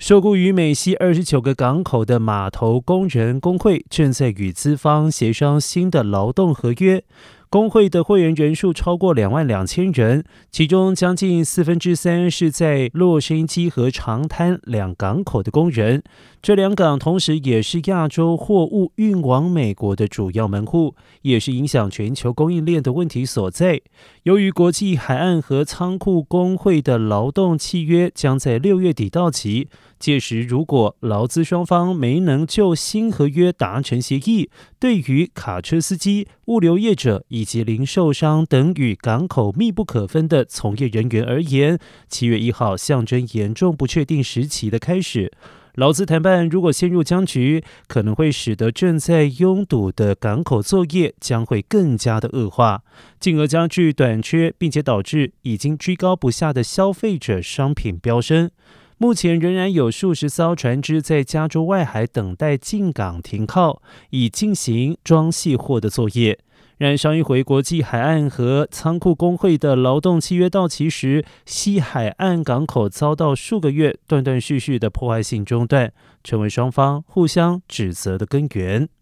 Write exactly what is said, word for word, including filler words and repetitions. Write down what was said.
受雇于美西二十九个港口的码头工人工会正在与资方协商新的劳动合约。工会的会员人数超过两万两千人，其中将近四分之三是在洛杉矶和长滩两港口的工人。这两港同时也是亚洲货物运往美国的主要门户，也是影响全球供应链的问题所在。由于国际海岸和仓库工会的劳动契约将在六月底到期，届时如果劳资双方没能就新合约达成协议，对于卡车司机、物流业者以及零售商等与港口密不可分的从业人员而言，七月一号象征严重不确定时期的开始。劳资谈判如果陷入僵局，可能会使得正在拥堵的港口作业将会更加的恶化，进而加剧短缺，并且导致已经居高不下的消费者商品飙升。目前仍然有数十艘船只在加州外海等待进港停靠，以进行装卸货的作业。然上一回国际海岸和仓库工会的劳动契约到期时，西海岸港口遭到数个月断断续续的破坏性中断，成为双方互相指责的根源。